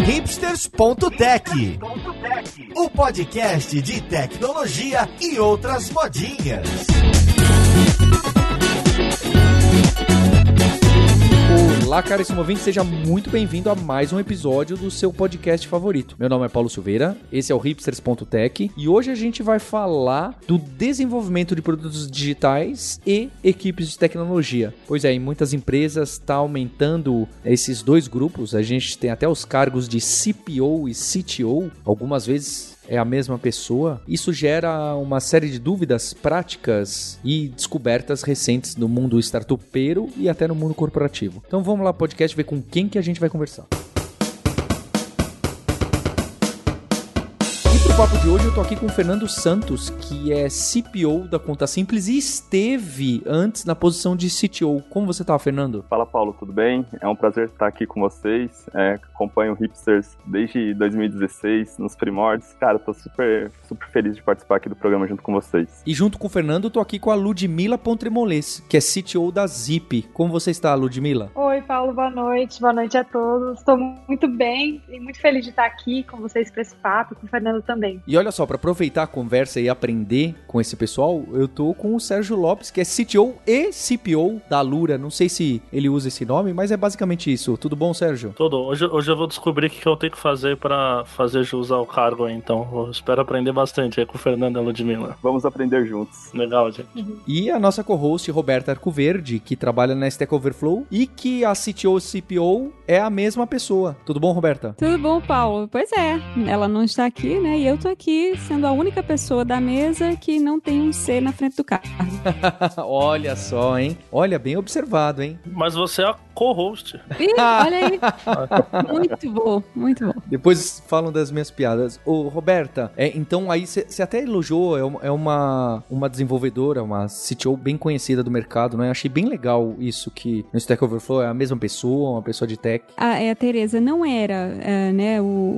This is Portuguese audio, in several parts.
hipsters.tech, o podcast de tecnologia e outras modinhas. Olá, caríssimo ouvinte, seja muito bem-vindo a mais um episódio do seu podcast favorito. Meu nome é Paulo Silveira, esse é o hipsters.tech e hoje a gente vai falar do desenvolvimento de produtos digitais e equipes de tecnologia. Pois é, em muitas empresas está aumentando esses dois grupos, a gente tem até os cargos de CPO e CTO, algumas vezes é a mesma pessoa. Isso gera uma série de dúvidas práticas e descobertas recentes no mundo startupeiro e até no mundo corporativo. Então vamos lá, podcast, ver com quem que a gente vai conversar. No papo de hoje eu tô aqui com o Fernando Santos, que é CPO da Conta Simples e esteve antes na posição de CTO. Como você tá, Fernando? Fala, Paulo, tudo bem? É um prazer estar aqui com vocês. Acompanho o Hipsters desde 2016, nos primórdios. Cara, tô super feliz de participar aqui do programa junto com vocês. E junto com o Fernando, eu tô aqui com a Ludmila Pontremolez, que é CTO da Zip. Como você está, Ludmila? Oi, Paulo, boa noite a todos. Estou muito bem e muito feliz de estar aqui com vocês para esse papo, com o Fernando também. E olha só, para aproveitar a conversa e aprender com esse pessoal, eu tô com o Sérgio Lopes, que é CTO e CPO da Alura. Não sei se ele usa esse nome, mas é basicamente isso. Tudo bom, Sérgio? Tudo. Hoje eu vou descobrir o que eu tenho que fazer para fazer jus ao cargo aí, então. Eu espero aprender bastante aí com o Fernando e a Ludmila. Vamos aprender juntos. Legal, gente. E a nossa co-host, Roberta Arcoverde, que trabalha na Stack Overflow e que a CTO e CPO é a mesma pessoa. Tudo bom, Roberta? Tudo bom, Paulo? Pois é, ela não está aqui, né? E eu tô aqui sendo a única pessoa da mesa que não tem um C na frente do carro. Olha só, hein? Olha, bem observado, hein? Mas você é a co-host. Ih, olha aí. Muito bom, muito bom. Depois falam das minhas piadas. Ô, Roberta, então aí você até elogiou, é uma desenvolvedora, uma CTO bem conhecida do mercado, né? Achei bem legal isso, que no Stack Overflow é a mesma pessoa, uma pessoa de tech. A Teresa não era, né, o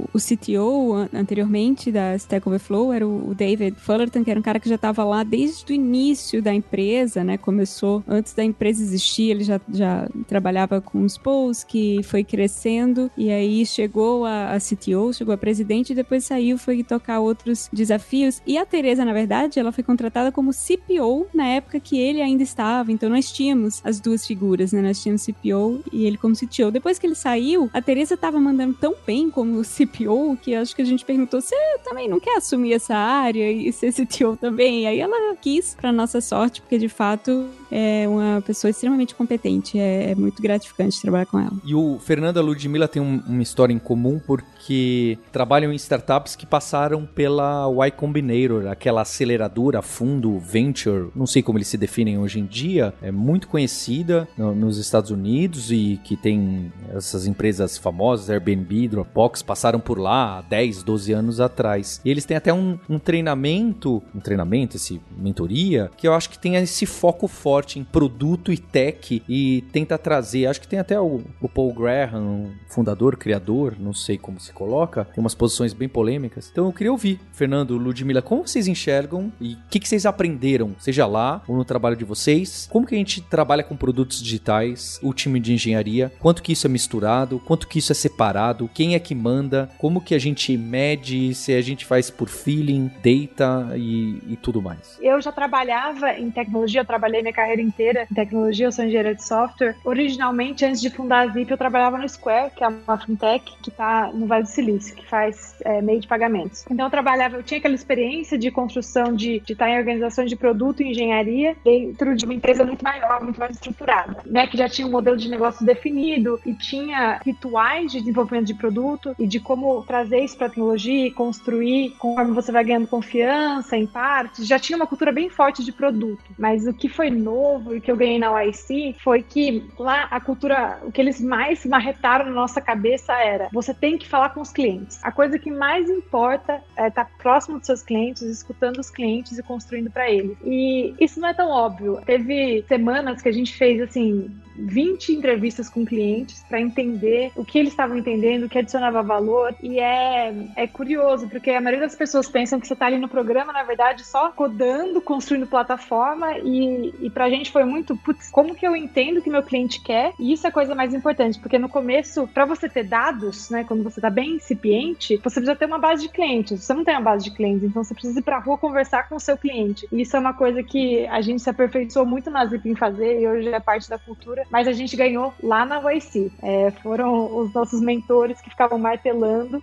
CTO anteriormente da Stack Overflow, era o David Fullerton, que era um cara que já estava lá desde o início da empresa, né? Começou antes da empresa existir, ele já trabalhava com os Posts, que foi crescendo, e aí chegou a CTO, chegou a presidente, e depois saiu, foi tocar outros desafios. E a Teresa, na verdade, ela foi contratada como CPO na época que ele ainda estava, então nós tínhamos as duas figuras, né? Nós tínhamos CPO e ele como CTO. Depois que ele saiu, a Teresa estava mandando tão bem como CPO, que acho que a gente perguntou, você também não quer assumir essa área e ser CTO também? E aí ela quis, pra nossa sorte, porque de fato é uma pessoa extremamente competente, é muito gratificante trabalhar com ela. E o Fernando e a Ludmila têm uma história em comum porque trabalham em startups que passaram pela Y Combinator, aquela aceleradora, fundo, venture, não sei como eles se definem hoje em dia, é muito conhecida nos Estados Unidos e que tem essas empresas famosas, Airbnb, Dropbox, passaram por lá há 10, 12 anos atrás. E eles têm até um treinamento, esse mentoria, que eu acho que tem esse foco forte em produto e tech e tenta trazer, acho que tem até o Paul Graham, fundador, criador, não sei como se coloca, tem umas posições bem polêmicas. Então eu queria ouvir, Fernando, Ludmila, como vocês enxergam e o que vocês aprenderam, seja lá ou no trabalho de vocês, como que a gente trabalha com produtos digitais, o time de engenharia, quanto que isso é misturado, quanto que isso é separado, quem é que manda, como que a gente mede, se a gente faz por feeling, data e tudo mais. Eu já trabalhava em tecnologia, eu trabalhei minha carreira inteira em tecnologia, eu sou engenheira de software. Originalmente, antes de fundar a Zip, eu trabalhava no Square, que é uma fintech que está no Vale do Silício, que faz meio de pagamentos. Então eu tinha aquela experiência de construção de estar em organizações de produto e engenharia dentro de uma empresa muito maior, muito mais estruturada, né, que já tinha um modelo de negócio definido e tinha rituais de desenvolvimento de produto e de como trazer isso para a tecnologia e construir conforme você vai ganhando confiança em partes. Já tinha uma cultura bem forte de produto, mas o que foi novo e que eu ganhei na YC foi que lá a cultura, o que eles mais marretaram na nossa cabeça era: você tem que falar com os clientes. A coisa que mais importa é estar próximo dos seus clientes, escutando os clientes e construindo para eles. E isso não é tão óbvio. Teve semanas que a gente fez assim 20 entrevistas com clientes para entender o que eles estavam entendendo, o que adicionava valor. E é curioso, porque a maioria das pessoas pensam que você está ali no programa, na verdade, só codando, construindo plataforma, e para pra gente foi muito, putz, como que eu entendo o que meu cliente quer? E isso é a coisa mais importante, porque no começo, pra você ter dados, né, quando você tá bem incipiente, você precisa ter uma base de clientes. Você não tem uma base de clientes, então você precisa ir pra rua conversar com o seu cliente. E isso é uma coisa que a gente se aperfeiçoou muito na Zip em fazer, e hoje é parte da cultura, mas a gente ganhou lá na YC. Foram os nossos mentores que ficavam martelando,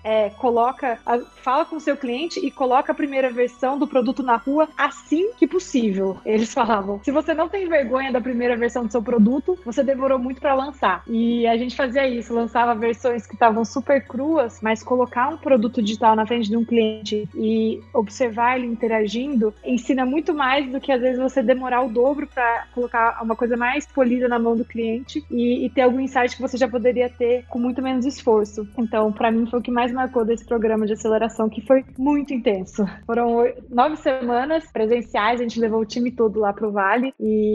fala com o seu cliente e coloca a primeira versão do produto na rua assim que possível. Eles falavam, se você não tem vergonha da primeira versão do seu produto, você demorou muito para lançar. E a gente fazia isso, lançava versões que estavam super cruas, mas colocar um produto digital na frente de um cliente e observar ele interagindo, ensina muito mais do que às vezes você demorar o dobro para colocar uma coisa mais polida na mão do cliente e ter algum insight que você já poderia ter com muito menos esforço. Então, para mim, foi o que mais marcou desse programa de aceleração, que foi muito intenso. Foram 9 semanas presenciais, a gente levou o time todo lá pro Vale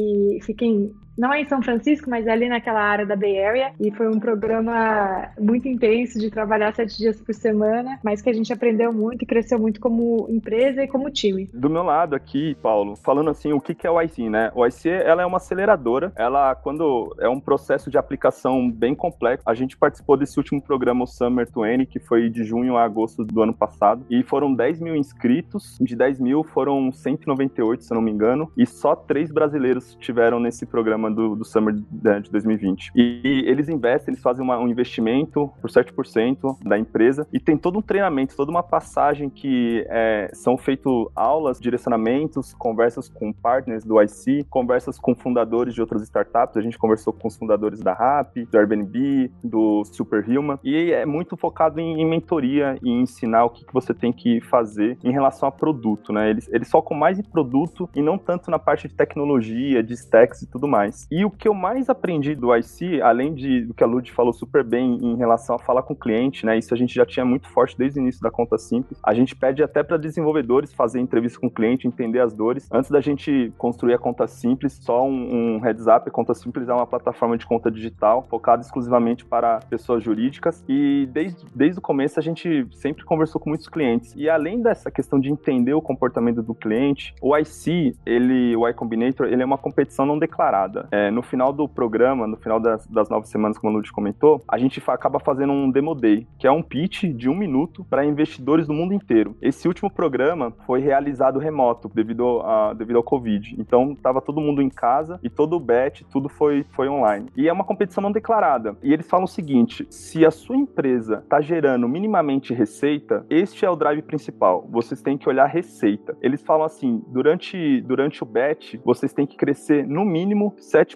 e fiquei não é em São Francisco, mas é ali naquela área da Bay Area, e foi um programa muito intenso de trabalhar 7 dias por semana, mas que a gente aprendeu muito e cresceu muito como empresa e como time. Do meu lado aqui, Paulo, falando assim, o que é o YC, né? O YC, ela é uma aceleradora, quando é um processo de aplicação bem complexo. A gente participou desse último programa, o Summer 20, que foi de junho a agosto do ano passado, e foram 10 mil inscritos, de 10 mil foram 198, se eu não me engano, e só 3 brasileiros tiveram nesse programa do Summer de 2020. E eles investem, eles fazem um investimento por 7% da empresa e tem todo um treinamento, toda uma passagem que são feitas aulas, direcionamentos, conversas com partners do YC, conversas com fundadores de outras startups. A gente conversou com os fundadores da Rappi, do Airbnb, do Superhuman, e é muito focado em mentoria e em ensinar o que você tem que fazer em relação a produto, né? Eles focam mais em produto e não tanto na parte de tecnologia, de stacks e tudo mais. E o que eu mais aprendi do YC, além do que a Lud falou super bem em relação a falar com o cliente, né? Isso a gente já tinha muito forte desde o início da Conta Simples. A gente pede até para desenvolvedores fazer entrevista com o cliente, entender as dores. Antes da gente construir a Conta Simples, só um heads up, a Conta Simples é uma plataforma de conta digital focada exclusivamente para pessoas jurídicas. E desde o começo a gente sempre conversou com muitos clientes. E além dessa questão de entender o comportamento do cliente, o YC, o Y Combinator, ele é uma competição não declarada. No final do programa, no final das 9 semanas, como a Lud comentou, a gente acaba fazendo um Demo Day, que é um pitch de 1 minuto para investidores do mundo inteiro. Esse último programa foi realizado remoto, devido ao Covid. Então, estava todo mundo em casa e todo o batch, tudo foi online. E é uma competição não declarada. E eles falam o seguinte, se a sua empresa está gerando minimamente receita, este é o drive principal. Vocês têm que olhar receita. Eles falam assim, durante o batch, vocês têm que crescer no mínimo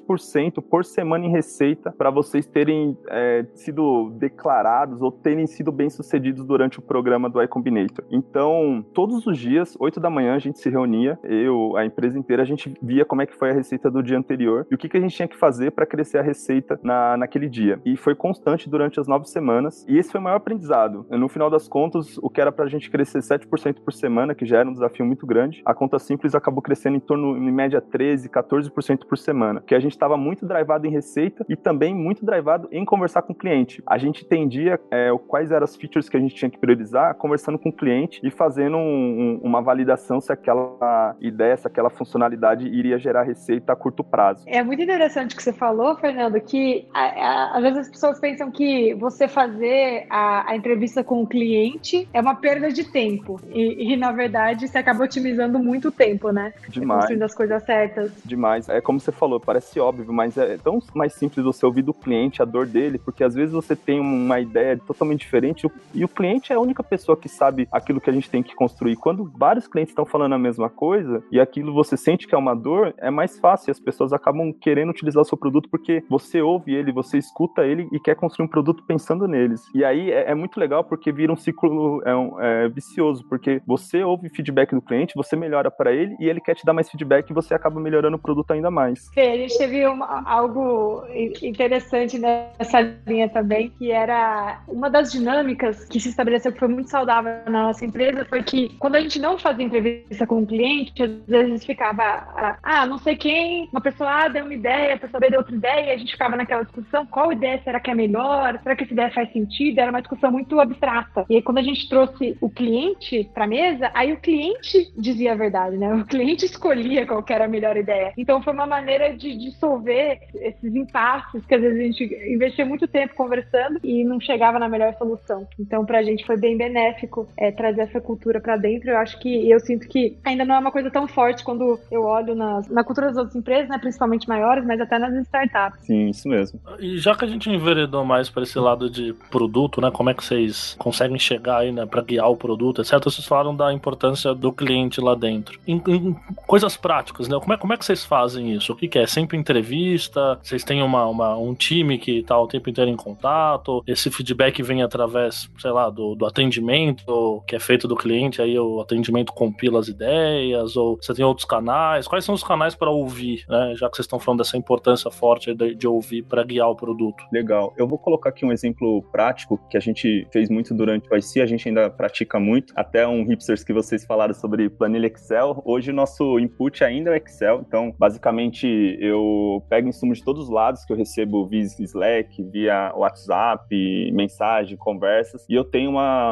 7% por semana em receita para vocês terem sido declarados ou terem sido bem-sucedidos durante o programa do Y Combinator. Então, todos os dias, 8 da manhã, a gente se reunia, a empresa inteira, a gente via como é que foi a receita do dia anterior e o que a gente tinha que fazer para crescer a receita naquele dia. E foi constante durante as 9 semanas. E esse foi o maior aprendizado. No final das contas, o que era para a gente crescer 7% por semana, que já era um desafio muito grande, a Conta Simples acabou crescendo em média 13%, 14% por semana, que a gente estava muito drivado em receita e também muito drivado em conversar com o cliente. A gente entendia quais eram as features que a gente tinha que priorizar, conversando com o cliente e fazendo uma validação se aquela ideia, se aquela funcionalidade iria gerar receita a curto prazo. É muito interessante o que você falou, Fernando, que às vezes as pessoas pensam que você fazer a entrevista com o cliente é uma perda de tempo e na verdade você acaba otimizando muito o tempo, né? Demais. Construindo as coisas certas. Demais. É como você falou, parece óbvio, mas é tão mais simples você ouvir do cliente a dor dele, porque às vezes você tem uma ideia totalmente diferente e o cliente é a única pessoa que sabe aquilo que a gente tem que construir. Quando vários clientes estão falando a mesma coisa e aquilo você sente que é uma dor, é mais fácil, as pessoas acabam querendo utilizar o seu produto porque você ouve ele, você escuta ele e quer construir um produto pensando neles. E aí é muito legal porque vira um ciclo vicioso, porque você ouve feedback do cliente, você melhora para ele e ele quer te dar mais feedback e você acaba melhorando o produto ainda mais. Fê, gente teve algo interessante nessa linha também, que era uma das dinâmicas que se estabeleceu, que foi muito saudável na nossa empresa, foi que quando a gente não fazia entrevista com o cliente, às vezes ficava, não sei quem, uma pessoa A deu uma ideia, a pessoa B deu outra ideia, e a gente ficava naquela discussão, qual ideia será que é melhor? Será que essa ideia faz sentido? Era uma discussão muito abstrata. E aí, quando a gente trouxe o cliente pra mesa, aí o cliente dizia a verdade, né? O cliente escolhia qual que era a melhor ideia. Então, foi uma maneira de dissolver esses impasses que às vezes a gente investia muito tempo conversando e não chegava na melhor solução. Então, pra gente foi bem benéfico trazer essa cultura pra dentro. Eu sinto que ainda não é uma coisa tão forte quando eu olho na cultura das outras empresas, né, principalmente maiores, mas até nas startups. Sim, isso mesmo. E já que a gente enveredou mais para esse lado de produto, né, como é que vocês conseguem chegar aí, né, para guiar o produto, etc. Vocês falaram da importância do cliente lá dentro. Em coisas práticas, né, como é que vocês fazem isso? O que é? Sempre entrevista? Vocês têm um time que está o tempo inteiro em contato? Esse feedback vem através, sei lá, do atendimento que é feito do cliente, aí o atendimento compila as ideias, ou você tem outros canais? Quais são os canais para ouvir, né, já que vocês estão falando dessa importância forte de ouvir para guiar o produto? Legal. Eu vou colocar aqui um exemplo prático que a gente fez muito durante o IC, a gente ainda pratica muito, até hipsters que vocês falaram sobre planilha Excel. Hoje o nosso input ainda é o Excel, então basicamente eu pego insumos de todos os lados que eu recebo via Slack, via WhatsApp, mensagem, conversas, e eu tenho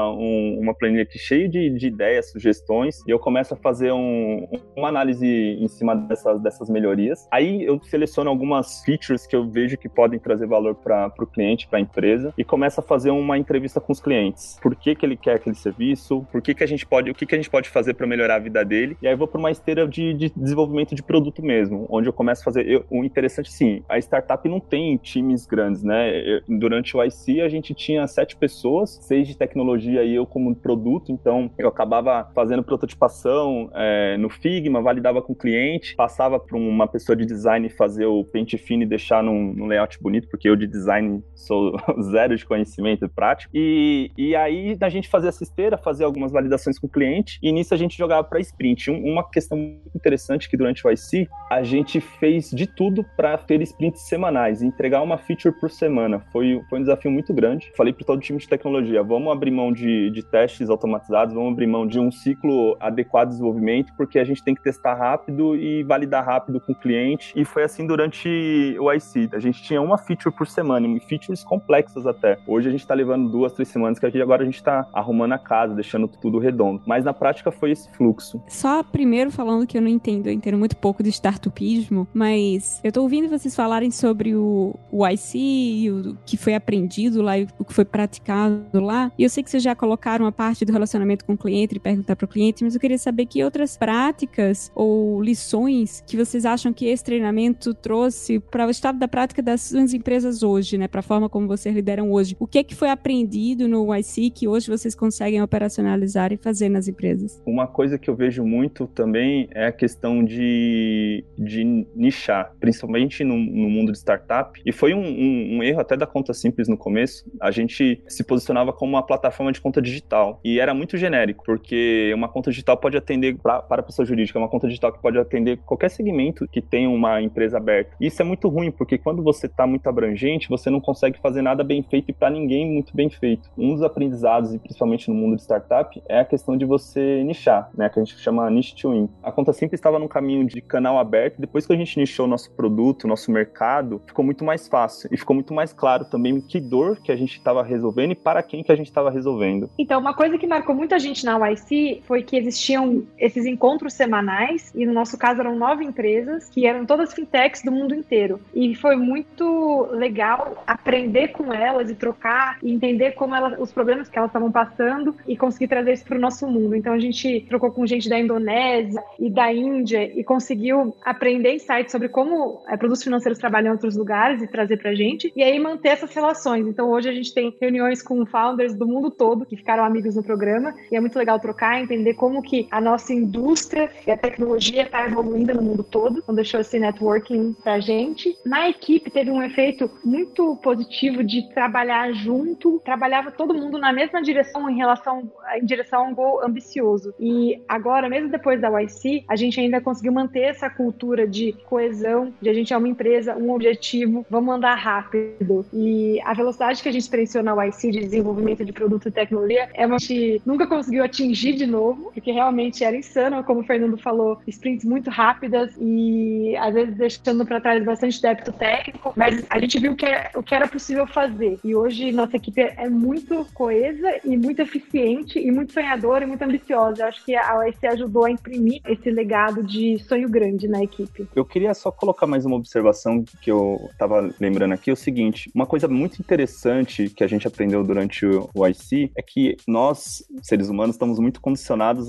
uma planilha aqui cheia de ideias, sugestões, e eu começo a fazer uma análise em cima dessas melhorias. Aí eu seleciono algumas features que eu vejo que podem trazer valor para o cliente, para a empresa, e começo a fazer uma entrevista com os clientes. Por que ele quer aquele serviço? O que a gente pode fazer para melhorar a vida dele? E aí eu vou para uma esteira de desenvolvimento de produto mesmo, onde eu começo a fazer... O interessante, sim, a startup não tem times grandes, né? Durante o IC, a gente tinha 7 pessoas, 6 de tecnologia e eu como produto, então eu acabava fazendo prototipação no Figma, validava com o cliente, passava para uma pessoa de design fazer o pente fino e deixar num layout bonito, porque eu de design sou zero de conhecimento prático, e aí a gente fazia essa esteira, fazia algumas validações com o cliente, e nisso a gente jogava para sprint. Uma questão muito interessante que durante o IC, a gente fez de tudo para ter sprints semanais, e entregar uma feature por semana. Foi um desafio muito grande. Falei para todo o time de tecnologia, vamos abrir mão de testes automatizados, vamos abrir mão de um ciclo adequado de desenvolvimento, porque a gente tem que testar rápido e validar rápido com o cliente, e foi assim durante o IC. A gente tinha uma feature por semana, e features complexas até. Hoje a gente tá levando 2, 3 semanas, que aqui agora a gente tá arrumando a casa, deixando tudo redondo. Mas na prática foi esse fluxo. Só primeiro falando que eu entendo muito pouco de startupismo, mas eu tô ouvindo vocês falarem sobre o IC, o que foi aprendido lá e o que foi praticado lá, e eu sei que vocês já colocaram a parte do relacionamento com o cliente e perguntar para o cliente, mas eu queria saber que outras práticas ou lições que vocês acham que esse treinamento trouxe para o estado da prática das suas empresas hoje, né, para a forma como vocês lideram hoje. O que é que foi aprendido no IC que hoje vocês conseguem operacionalizar e fazer nas empresas? Uma coisa que eu vejo muito também é a questão de nichar, principalmente no mundo de startup, e foi um erro até da Conta Simples no começo. A gente se posicionava como uma plataforma de conta digital, e era muito genérico, porque uma conta digital pode atender para a pessoa jurídica, uma conta digital que pode atender qualquer segmento que tenha uma empresa aberta. E isso é muito ruim, porque quando você está muito abrangente, você não consegue fazer nada bem feito e para ninguém muito bem feito. Um dos aprendizados, e principalmente no mundo de startup, é a questão de você nichar, né, que a gente chama niche to win. A Conta Simples estava num caminho de canal aberto, depois que a gente nichou nosso produto, nosso mercado, ficou muito mais fácil e ficou muito mais claro também que dor que a gente estava resolvendo e para quem que a gente estava resolvendo. Então, uma coisa que marcou muita gente na YC foi que existiam esses encontros semanais, e no nosso caso eram 9 empresas, que eram todas fintechs do mundo inteiro. E foi muito legal aprender com elas e trocar e entender como os problemas que elas estavam passando e conseguir trazer isso para o nosso mundo. Então, a gente trocou com gente da Indonésia e da Índia e conseguiu aprender insights sobre como produtos financeiros trabalham em outros lugares e trazer pra gente, e aí manter essas relações. Então, hoje a gente tem reuniões com founders do mundo todo que ficaram amigos no programa, e é muito legal trocar, entender como que a nossa indústria e a tecnologia está evoluindo no mundo todo. Então, deixou esse networking pra gente. Na equipe, teve um efeito muito positivo de trabalhar junto, trabalhava todo mundo na mesma direção em direção a um gol ambicioso. E agora, mesmo depois da YC, a gente ainda conseguiu manter essa cultura de coesão visão de a gente é uma empresa, um objetivo, vamos andar rápido. E a velocidade que a gente experienciou na YC de desenvolvimento de produto e tecnologia é uma que a gente nunca conseguiu atingir de novo, porque realmente era insano, como o Fernando falou, sprints muito rápidas e às vezes deixando para trás bastante débito técnico, mas a gente viu o que era possível fazer. E hoje nossa equipe é muito coesa e muito eficiente e muito sonhadora e muito ambiciosa. Eu acho que a YC ajudou a imprimir esse legado de sonho grande na equipe. Eu queria só colocar mais uma observação que eu estava lembrando aqui, é o seguinte, uma coisa muito interessante que a gente aprendeu durante o YC é que nós, seres humanos, estamos muito condicionados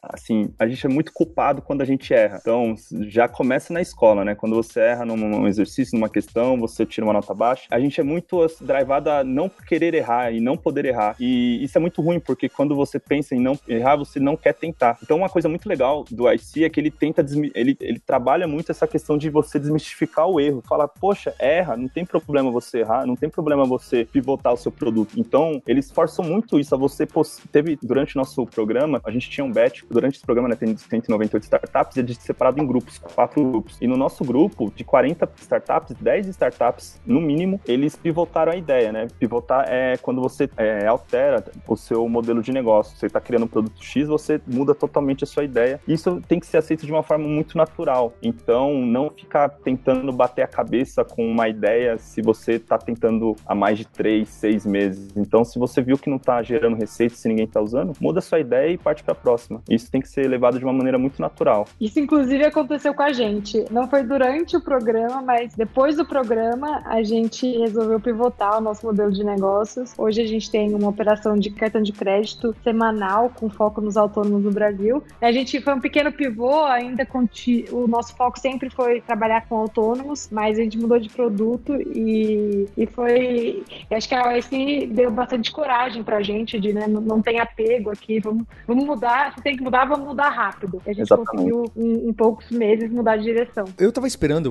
a gente é muito culpado quando a gente erra. Então, já começa na escola, né? Quando você erra num exercício, numa questão, você tira uma nota baixa, a gente é muito drivado a não querer errar e não poder errar. E isso é muito ruim, porque quando você pensa em não errar, você não quer tentar. Então, uma coisa muito legal do YC é que ele tenta, ele trabalha muito essa questão de você desmistificar o erro. Fala, poxa, erra, não tem problema você errar, não tem problema você pivotar o seu produto. Então, eles forçam muito isso a você. Teve, durante o nosso programa, a gente tinha um batch, durante esse programa, né, tem 198 startups, e a gente separado em grupos, 4 grupos. E no nosso grupo, de 40 startups, 10 startups, no mínimo, eles pivotaram a ideia, né? Pivotar é quando você altera o seu modelo de negócio. Você está criando um produto X, você muda totalmente a sua ideia. Isso tem que ser aceito de uma forma muito natural. Então, não ficar tentando bater a cabeça com uma ideia se você está tentando há mais de 3, 6 meses. Então, se você viu que não está gerando receita, se ninguém está usando, muda a sua ideia e parte para a próxima. Isso tem que ser levado de uma maneira muito natural. Isso, inclusive, aconteceu com a gente. Não foi durante o programa, mas depois do programa, a gente resolveu pivotar o nosso modelo de negócios. Hoje a gente tem uma operação de cartão de crédito semanal com foco nos autônomos no Brasil. A gente foi um pequeno pivô, ainda o nosso foco sempre foi trabalhar com autônomos, mas a gente mudou de produto e foi... Acho que a YC deu bastante coragem pra gente de, né, não tem apego aqui, vamos mudar, se tem que mudar, vamos mudar rápido. A gente Exatamente. conseguiu em poucos meses mudar de direção. Eu tava esperando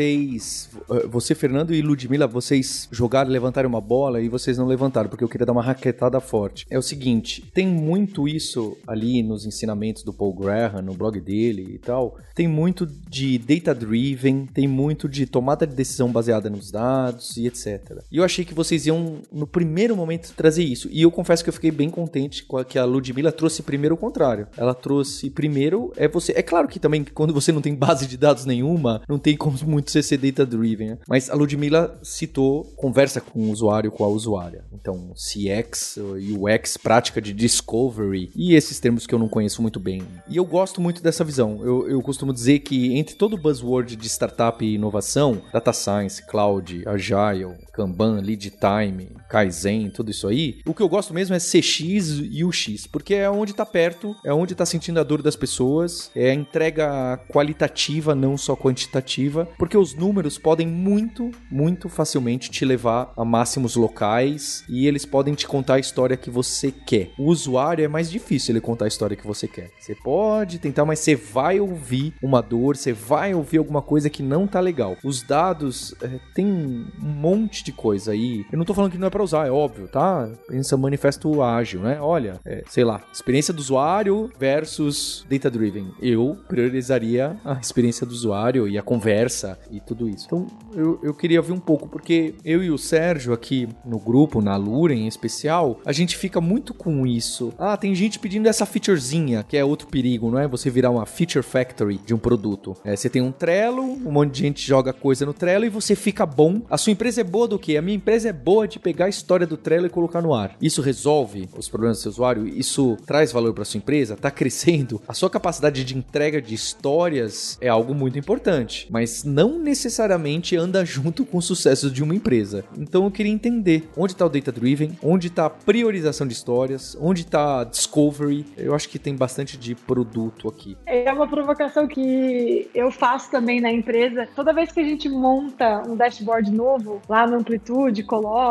você, Fernando e Ludmila, vocês jogarem, levantarem uma bola e vocês não levantaram, porque eu queria dar uma raquetada forte. É o seguinte, tem muito isso ali nos ensinamentos do Paul Graham, no blog dele e tal, tem muito de data-driven, tem muito de tomada de decisão baseada nos dados e etc. E eu achei que vocês iam, no primeiro momento, trazer isso. E eu confesso que eu fiquei bem contente com que a Ludmila trouxe primeiro o contrário. Ela trouxe primeiro, é claro que também quando você não tem base de dados nenhuma, não tem como muito ser data-driven, né? Mas a Ludmila citou conversa com o usuário, com a usuária. Então, CX, UX, prática de discovery e esses termos que eu não conheço muito bem. E eu gosto muito dessa visão. Eu costumo dizer que entre todo o buzzword de startup e inovação, data science, cloud, agile, Kanban, lead time, Kaizen, tudo isso aí, o que eu gosto mesmo é CX e UX, porque é onde tá perto, é onde tá sentindo a dor das pessoas, é a entrega qualitativa, não só quantitativa, porque os números podem muito, muito facilmente te levar a máximos locais e eles podem te contar a história que você quer. O usuário é mais difícil ele contar a história que você quer. Você pode tentar, mas você vai ouvir uma dor, você vai ouvir alguma coisa que não tá legal. Os dados, tem um monte de coisa aí. Eu não tô falando que não é pra usar, é óbvio, tá? Pensa manifesto ágil, né? Olha, sei lá, experiência do usuário versus data-driven. Eu priorizaria a experiência do usuário e a conversa e tudo isso. Então, eu queria ver um pouco, porque eu e o Sérgio aqui no grupo, na Lura em especial, a gente fica muito com isso. Tem gente pedindo essa featurezinha, que é outro perigo, não é? Você virar uma feature factory de um produto. Você tem um Trello, um monte de gente joga coisa no Trello e você fica bom. A sua empresa é boa do quê? A minha empresa é boa de pegar a história do Trello e colocar no ar. Isso resolve os problemas do seu usuário? Isso traz valor para sua empresa? Tá crescendo? A sua capacidade de entrega de histórias é algo muito importante, mas não necessariamente anda junto com o sucesso de uma empresa. Então eu queria entender onde está o Data Driven, onde está a priorização de histórias, onde está a Discovery. Eu acho que tem bastante de produto aqui. É uma provocação que eu faço também na empresa. Toda vez que a gente monta um dashboard novo lá no Amplitude, coloca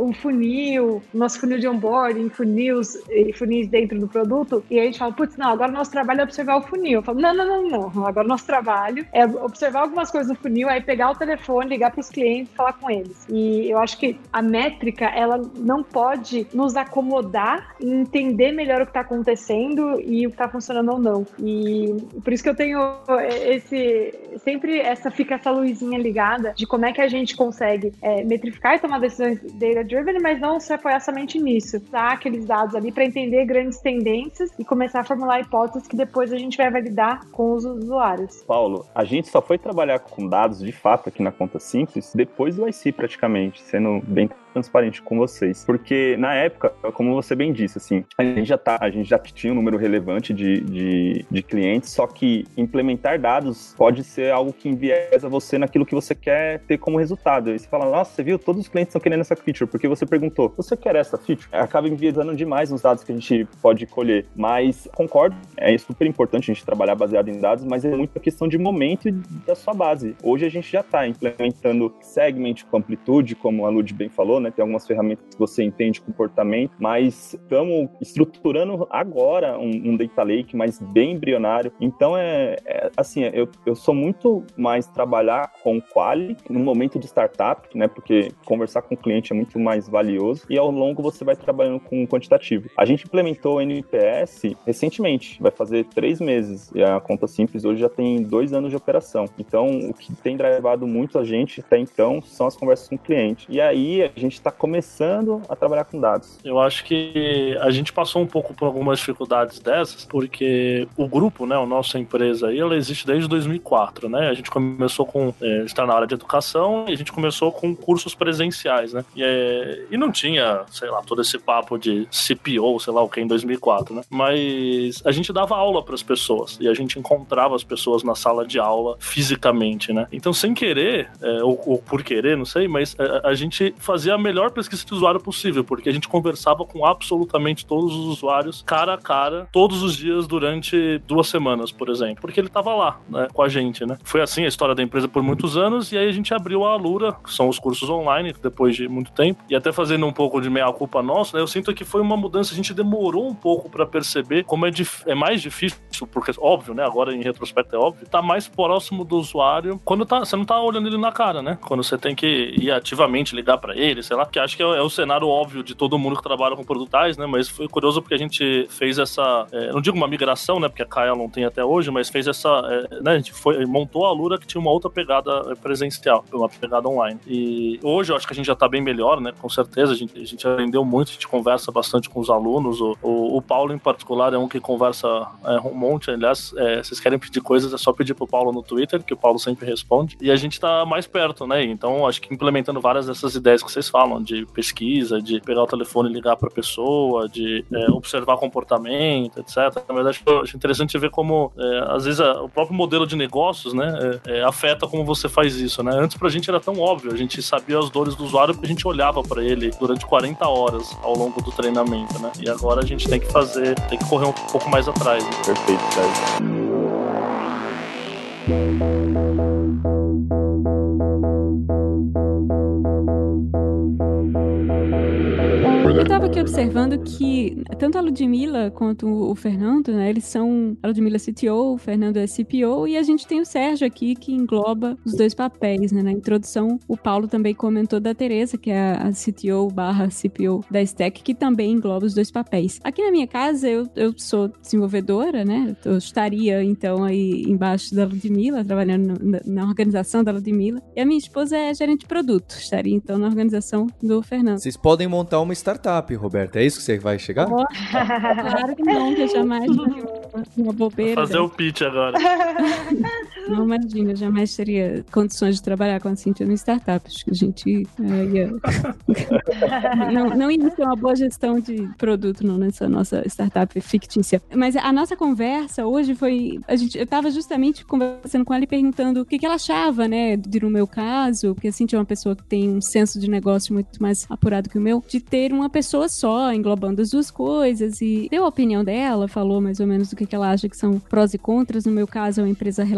o funil, nosso funil de onboarding, funis dentro do produto, e a gente fala, putz, não, agora o nosso trabalho é observar o funil. Eu falo, não, agora o nosso trabalho é observar algumas coisas no funil, aí pegar o telefone, ligar para os clientes e falar com eles. E eu acho que a métrica, ela não pode nos acomodar e entender melhor o que está acontecendo e o que está funcionando ou não. E por isso que eu tenho fica essa luzinha ligada de como é que a gente consegue metrificar e tomar decisões data-driven, mas não se apoiar somente nisso. Usar aqueles dados ali para entender grandes tendências e começar a formular hipóteses que depois a gente vai validar com os usuários. Paulo, a gente só foi trabalhar com dados de fato aqui na Conta Simples depois do IC praticamente, sendo bem transparente com vocês, porque na época, como você bem disse, assim, a gente já tinha um número relevante de clientes, só que implementar dados pode ser algo que enviesa você naquilo que você quer ter como resultado. Aí você fala, nossa, você viu, todos os clientes estão querendo essa feature, porque você perguntou, você quer essa feature? Acaba enviesando demais nos dados que a gente pode colher, mas concordo, é super importante a gente trabalhar baseado em dados, mas é muito a questão de momento e da sua base. Hoje a gente já está implementando segment com amplitude, como a Lud bem falou, né? Tem algumas ferramentas que você entende comportamento, mas estamos estruturando agora um data lake, mas bem embrionário. Então, assim, eu sou muito mais trabalhar com quali no momento de startup, né? Porque conversar com o cliente é muito mais valioso e ao longo você vai trabalhando com quantitativo. A gente implementou o NPS recentemente, vai fazer 3 meses e a Conta Simples hoje já tem 2 anos de operação. Então, o que tem drivado muito a gente até então são as conversas com o cliente. E aí, a gente está começando a trabalhar com dados. Eu acho que a gente passou um pouco por algumas dificuldades dessas, porque o grupo, né, a nossa empresa aí, ela existe desde 2004, né? A gente começou com, está na área de educação e a gente começou com cursos presenciais, né? E não tinha, sei lá, todo esse papo de CPO, sei lá o que, em 2004, né? Mas a gente dava aula para as pessoas e a gente encontrava as pessoas na sala de aula fisicamente, né? Então, sem querer, ou por querer, não sei, mas a gente fazia a melhor pesquisa de usuário possível, porque a gente conversava com absolutamente todos os usuários, cara a cara, todos os dias durante 2 semanas, por exemplo, porque ele estava lá, né, com a gente, né? Foi assim a história da empresa por muitos anos, e aí a gente abriu a Alura, que são os cursos online, depois de muito tempo, e até fazendo um pouco de meia-culpa nossa, né, eu sinto que foi uma mudança, a gente demorou um pouco para perceber como é mais difícil, porque, óbvio, né, agora em retrospecto é óbvio, tá mais próximo do usuário quando você não tá olhando ele na cara, né? Quando você tem que ir ativamente ligar para ele, sei lá, que acho que é o cenário óbvio de todo mundo que trabalha com produtais, né? Mas foi curioso porque a gente fez essa, não digo uma migração, né? Porque a Kaia não tem até hoje, mas fez essa, né? A gente montou a Alura que tinha uma outra pegada presencial, uma pegada online. E hoje eu acho que a gente já tá bem melhor, né? Com certeza, a gente aprendeu muito, a gente conversa bastante com os alunos. O Paulo, em particular, é um que conversa um monte. Aliás, vocês querem pedir coisas, é só pedir pro Paulo no Twitter, que o Paulo sempre responde. E a gente tá mais perto, né? Então, acho que implementando várias dessas ideias que vocês falam, de pesquisa, de pegar o telefone e ligar pra pessoa, de observar comportamento, etc. Na verdade, eu acho interessante ver como, às vezes, o próprio modelo de negócios, né, afeta como você faz isso, né? Antes, pra gente era tão óbvio, a gente sabia as dores do usuário porque a gente olhava pra ele durante 40 horas ao longo do treinamento, né? E agora a gente tem que correr um pouco mais atrás, né? Perfeito, Sérgio. Eu estava aqui observando que tanto a Ludmila quanto o Fernando, né, eles são, a Ludmila é CTO, o Fernando é CPO, e a gente tem o Sérgio aqui que engloba os 2 papéis, né? Na introdução, o Paulo também comentou da Teresa, que é a CTO/CPO da Stack, que também engloba os 2 papéis. Aqui na minha casa, eu sou desenvolvedora, né? Eu estaria, então, aí embaixo da Ludmila, trabalhando na organização da Ludmila, e a minha esposa é gerente de produto, estaria, então, na organização do Fernando. Vocês podem montar uma startup, Roberto. É isso que você vai chegar? Oh, claro que não, que eu jamais uma bobeira. Vou fazer o pitch agora. Não, imagina, eu jamais teria condições de trabalhar com a Cíntia no startup. Acho que a gente não ia ser uma boa gestão de produto não, nessa nossa startup fictícia. Mas a nossa conversa hoje foi... eu estava justamente conversando com ela e perguntando o que ela achava, né, no meu caso, porque a Cíntia é uma pessoa que tem um senso de negócio muito mais apurado que o meu, de ter uma pessoa só, englobando as 2 coisas, e deu a opinião dela, falou mais ou menos do que ela acha que são prós e contras. No meu caso, é uma empresa relativamente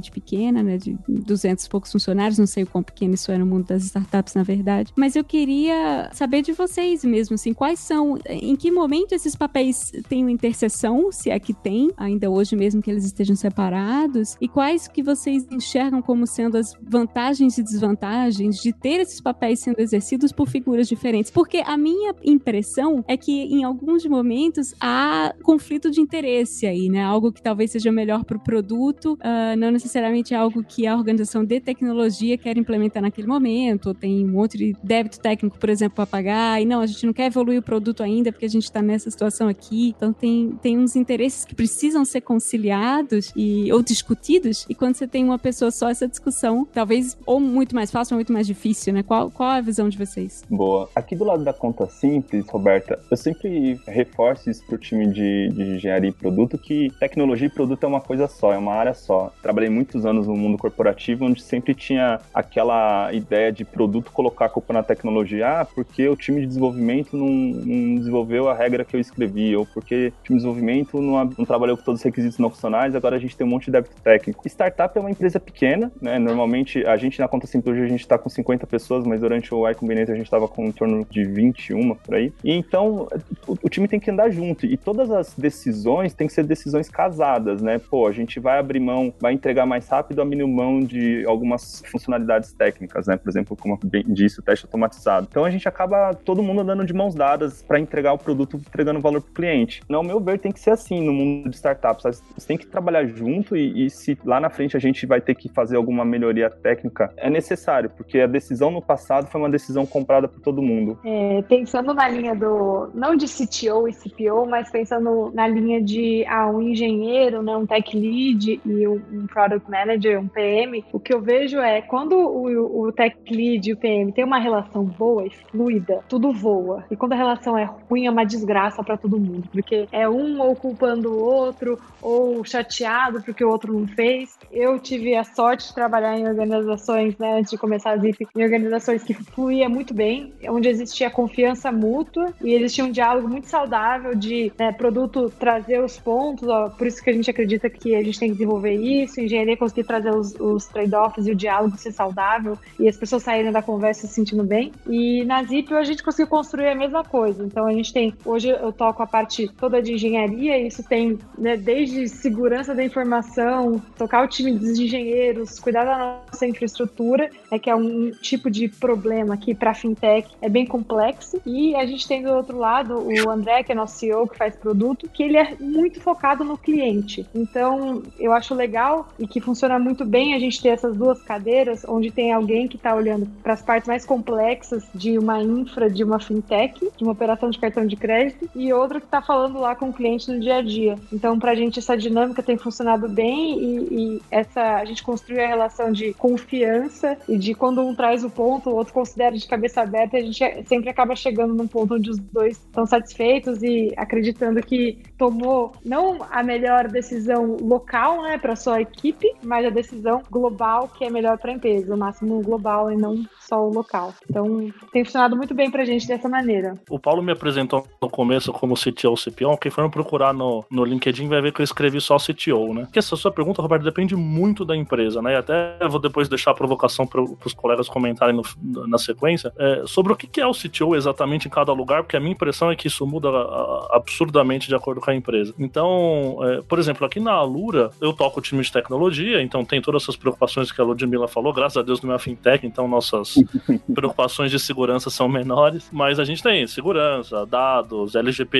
relativamente pequena, né, de 200 e poucos funcionários, não sei o quão pequeno isso é no mundo das startups, na verdade. Mas eu queria saber de vocês mesmo, assim, quais são, em que momento esses papéis têm uma interseção, se é que tem, ainda hoje mesmo que eles estejam separados, e quais que vocês enxergam como sendo as vantagens e desvantagens de ter esses papéis sendo exercidos por figuras diferentes. Porque a minha impressão é que em alguns momentos há conflito de interesse aí, né? Algo que talvez seja melhor para o produto, não necessariamente é algo que a organização de tecnologia quer implementar naquele momento, ou tem um monte de débito técnico, por exemplo, para pagar, e não, a gente não quer evoluir o produto ainda porque a gente está nessa situação aqui. Então tem uns interesses que precisam ser conciliados ou discutidos, e quando você tem uma pessoa só, essa discussão talvez ou muito mais fácil ou muito mais difícil, né? Qual é a visão de vocês? Boa. Aqui do lado da conta simples, Roberta, eu sempre reforço isso pro time de engenharia e produto, que tecnologia e produto é uma coisa só, é uma área só. Trabalhei muitos anos no mundo corporativo, onde sempre tinha aquela ideia de produto colocar a culpa na tecnologia, porque o time de desenvolvimento não desenvolveu a regra que eu escrevi, ou porque o time de desenvolvimento não trabalhou com todos os requisitos não funcionais, agora a gente tem um monte de débito técnico. Startup é uma empresa pequena, né? Normalmente, a gente na conta simples hoje a gente está com 50 pessoas, mas durante o Y Combinator a gente estava com em torno de 21, por aí. E então, o time tem que andar junto, e todas as decisões têm que ser decisões casadas, né? Pô, a gente vai abrir mão, vai entregar mais rápido, abrir mão de algumas funcionalidades técnicas, né? Por exemplo, como bem disse, o teste automatizado. Então a gente acaba todo mundo andando de mãos dadas para entregar o produto, entregando valor para o cliente. Ao meu ver, tem que ser assim no mundo de startups. Você tem que trabalhar junto, e se lá na frente a gente vai ter que fazer alguma melhoria técnica, é necessário, porque a decisão no passado foi uma decisão comprada por todo mundo. Pensando na linha não de CTO e CPO, mas pensando na linha de um engenheiro, né, um tech lead e um product manager, um PM, o que eu vejo é quando o tech lead e o PM tem uma relação boa e fluida, tudo voa. E quando a relação é ruim, é uma desgraça para todo mundo, porque é um ou culpando o outro, ou chateado porque o outro não fez. Eu tive a sorte de trabalhar em organizações, né, antes de começar a Zip, em organizações que fluía muito bem, onde existia confiança mútua e existia um diálogo muito saudável de produto trazer os pontos, por isso que a gente acredita que a gente tem que desenvolver isso, engenharia conseguir trazer os trade-offs e o diálogo ser saudável e as pessoas saírem da conversa se sentindo bem. E na Zip a gente conseguiu construir a mesma coisa. Então a gente tem, hoje eu toco a parte toda de engenharia, e isso tem, né, desde segurança da informação, tocar o time dos engenheiros, cuidar da nossa infraestrutura, que é um tipo de problema que para fintech é bem complexo. E a gente tem do outro lado o André, que é nosso CEO, que faz produto, que ele é muito focado no cliente. Então eu acho legal e que funciona muito bem a gente ter essas duas cadeiras, onde tem alguém que está olhando para as partes mais complexas de uma infra, de uma fintech, de uma operação de cartão de crédito, e outra que está falando lá com o cliente no dia a dia. Então, pra gente, essa dinâmica tem funcionado bem, e a gente construiu a relação de confiança e de quando um traz o ponto, o outro considera de cabeça aberta, e a gente sempre acaba chegando num ponto onde os dois estão satisfeitos e acreditando que tomou não a melhor decisão local, né, para sua equipe, mas a decisão global que é melhor para a empresa, o máximo global e não só o local. Então, tem funcionado muito bem pra gente dessa maneira. O Paulo me apresentou no começo como CTO ou CPO. Quem for procurar no LinkedIn vai ver que eu escrevi só CTO, né? Porque essa sua pergunta, Roberto, depende muito da empresa, né? E até eu vou depois deixar a provocação para os colegas comentarem na sequência sobre o que é o CTO exatamente em cada lugar, porque a minha impressão é que isso muda absurdamente de acordo com a empresa. Então, por exemplo, aqui na Alura, eu toco o time de tecnologia, então tem todas essas preocupações que a Ludmilla falou, graças a Deus não é uma fintech, então nossas preocupações de segurança são menores, mas a gente tem segurança, dados,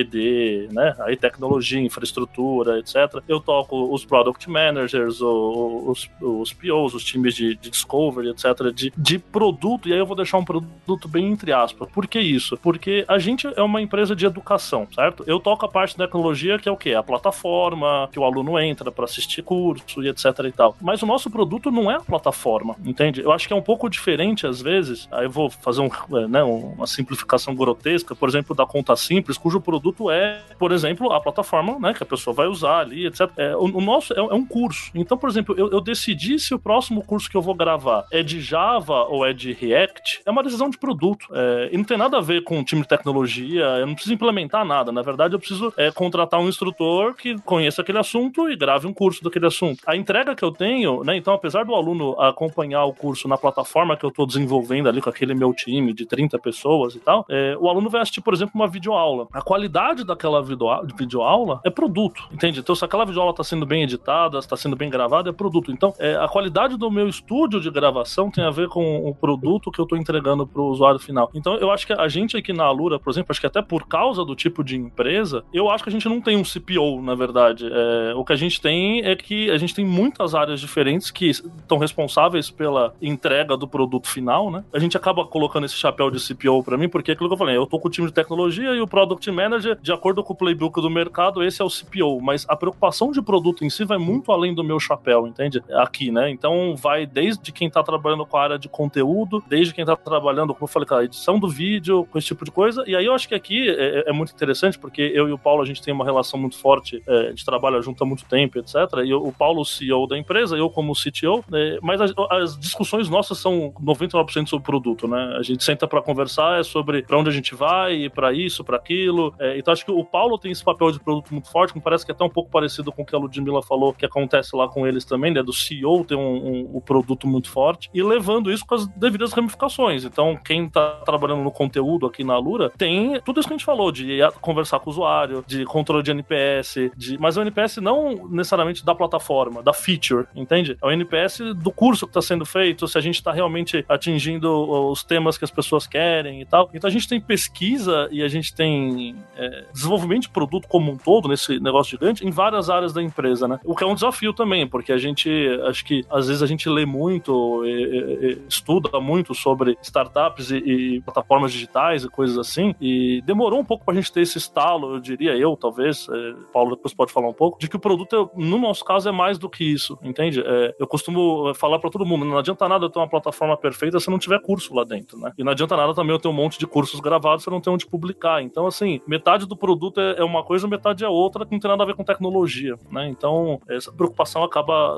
LGPD, né? Aí tecnologia, infraestrutura, etc. Eu toco os product managers, os POs, os times de discovery, etc. de produto, e aí eu vou deixar um produto bem entre aspas. Por que isso? Porque a gente é uma empresa de educação, certo? Eu toco a parte de tecnologia, que é o quê? A plataforma, que o aluno entra para assistir curso e etc e tal. Mas o nosso produto não é a plataforma, entende? Eu acho que é um pouco diferente, às vezes, vezes, aí eu vou fazer uma simplificação grotesca, por exemplo, da conta simples, cujo produto é, por exemplo, a plataforma, né, que a pessoa vai usar ali, etc. O nosso é um curso. Então, por exemplo, eu decidi se o próximo curso que eu vou gravar é de Java ou é de React, é uma decisão de produto. E não tem nada a ver com o time de tecnologia, eu não preciso implementar nada. Na verdade, eu preciso contratar um instrutor que conheça aquele assunto e grave um curso daquele assunto. A entrega que eu tenho, né, então, apesar do aluno acompanhar o curso na plataforma que eu estou desenvolvendo ali com aquele meu time de 30 pessoas e tal, o aluno vai assistir, por exemplo, uma videoaula. A qualidade daquela videoaula é produto, entende? Então, se aquela videoaula está sendo bem editada, está sendo bem gravada, é produto. Então, a qualidade do meu estúdio de gravação tem a ver com o produto que eu estou entregando para o usuário final. Então, eu acho que a gente aqui na Alura, por exemplo, acho que até por causa do tipo de empresa, eu acho que a gente não tem um CPO, na verdade. O que a gente tem é que a gente tem muitas áreas diferentes que estão responsáveis pela entrega do produto final, né? A gente acaba colocando esse chapéu de CPO para mim, porque é aquilo que eu falei, eu tô com o time de tecnologia e o Product Manager, de acordo com o playbook do mercado, esse é o CPO, mas a preocupação de produto em si vai muito além do meu chapéu, entende? Aqui, né? Então vai desde quem tá trabalhando com a área de conteúdo, desde quem tá trabalhando, como eu falei, com a edição do vídeo, com esse tipo de coisa, e aí eu acho que aqui é muito interessante, porque eu e o Paulo, a gente tem uma relação muito forte, a gente trabalha junto há muito tempo, etc, e o Paulo, o CEO da empresa, eu como CTO, mas as discussões nossas são 99% sobre produto, né? A gente senta pra conversar, sobre pra onde a gente vai, pra isso, pra aquilo, então acho que o Paulo tem esse papel de produto muito forte, que me parece que é até um pouco parecido com o que a Ludmilla falou, que acontece lá com eles também, né? Do CEO ter um produto muito forte, e levando isso com as devidas ramificações. Então, quem tá trabalhando no conteúdo aqui na Alura, tem tudo isso que a gente falou, de conversar com o usuário, de controle de NPS, mas o NPS não necessariamente da plataforma, da feature, entende? É o NPS do curso que está sendo feito, se a gente está realmente atingindo os temas que as pessoas querem e tal. Então a gente tem pesquisa e a gente tem desenvolvimento de produto como um todo, nesse negócio gigante, em várias áreas da empresa, né? O que é um desafio também, porque a gente, acho que às vezes a gente lê muito, estuda muito sobre startups e plataformas digitais e coisas assim, e demorou um pouco pra gente ter esse estalo, eu diria talvez, Paulo depois pode falar um pouco, de que o produto, no nosso caso, é mais do que isso, entende? Eu costumo falar pra todo mundo, não adianta nada eu ter uma plataforma perfeita se não tiver curso lá dentro, né? E não adianta nada também eu ter um monte de cursos gravados se eu não ter onde publicar. Então, assim, metade do produto é uma coisa, metade é outra, que não tem nada a ver com tecnologia, né? Então, essa preocupação acaba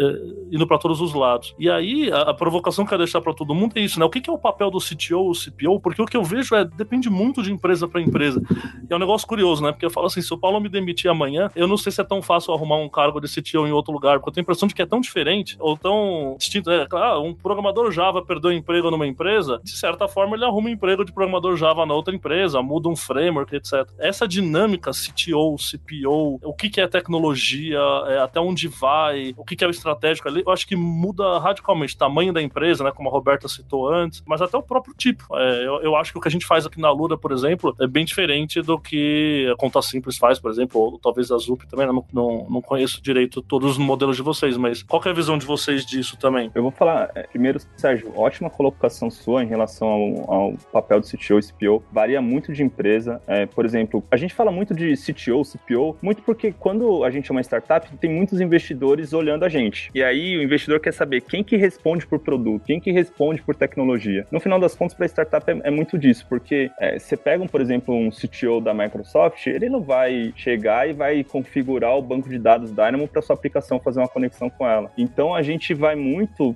indo pra todos os lados. E aí, a provocação que eu quero deixar pra todo mundo é isso, né? O que é o papel do CTO ou CPO? Porque o que eu vejo depende muito de empresa pra empresa. E é um negócio curioso, né? Porque eu falo assim, se o Paulo me demitir amanhã, eu não sei se é tão fácil arrumar um cargo de CTO em outro lugar, porque eu tenho a impressão de que é tão diferente, ou tão distinto. Claro, um programador Java perdeu emprego numa empresa, de certa forma ele arruma um emprego de programador Java na outra empresa, muda um framework, etc. Essa dinâmica CTO, CPO, o que é tecnologia, até onde vai, o que é o estratégico ali, eu acho que muda radicalmente o tamanho da empresa, né, como a Roberta citou antes, mas até o próprio tipo. Eu acho que o que a gente faz aqui na Alura, por exemplo, é bem diferente do que a Conta Simples faz, por exemplo, ou talvez a Zup também, né? Não conheço direito todos os modelos de vocês, mas qual que é a visão de vocês disso também? Eu vou falar, primeiro, Sérgio, ótima colocação sua em relação ao papel do CTO e CPO, varia muito de empresa, por exemplo, a gente fala muito de CTO, CPO, muito porque quando a gente é uma startup, tem muitos investidores olhando a gente, e aí o investidor quer saber quem que responde por produto, quem que responde por tecnologia. No final das contas, para a startup é muito disso, porque você pega, por exemplo, um CTO da Microsoft, ele não vai chegar e vai configurar o banco de dados Dynamo para sua aplicação fazer uma conexão com ela. Então, a gente vai muito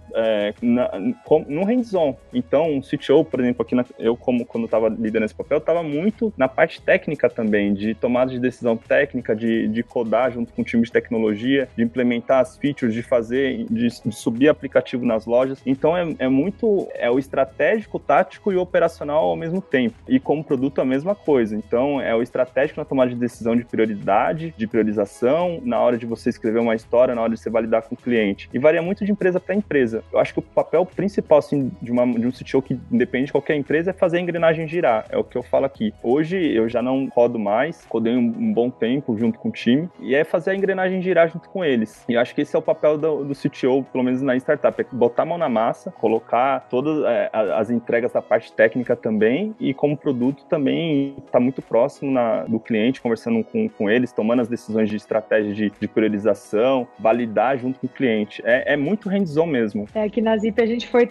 no hands-on. Então, um CTO, por exemplo, aqui eu, quando estava liderando esse papel, estava muito na parte técnica também, de tomada de decisão técnica, de codar junto com o time de tecnologia, de implementar as features, de subir aplicativo nas lojas. Então, é muito o estratégico, tático e operacional ao mesmo tempo. E como produto, a mesma coisa. Então, é o estratégico na tomada de decisão de prioridade, de priorização, na hora de você escrever uma história, na hora de você validar com o cliente. E varia muito de empresa para empresa. Eu acho que o papel principal assim, de um CTO que independe de qualquer empresa é fazer a engrenagem girar. É o que eu falo aqui. Hoje eu já não rodo mais, rodei um bom tempo junto com o time, e é fazer a engrenagem girar junto com eles. E eu acho que esse é o papel do CTO, pelo menos na startup, é botar a mão na massa, colocar todas as entregas da parte técnica também, e como produto também tá muito próximo do cliente, conversando com eles, tomando as decisões de estratégia de priorização, validar junto com o cliente. É muito hands-on mesmo. Aqui na Zip a gente foi também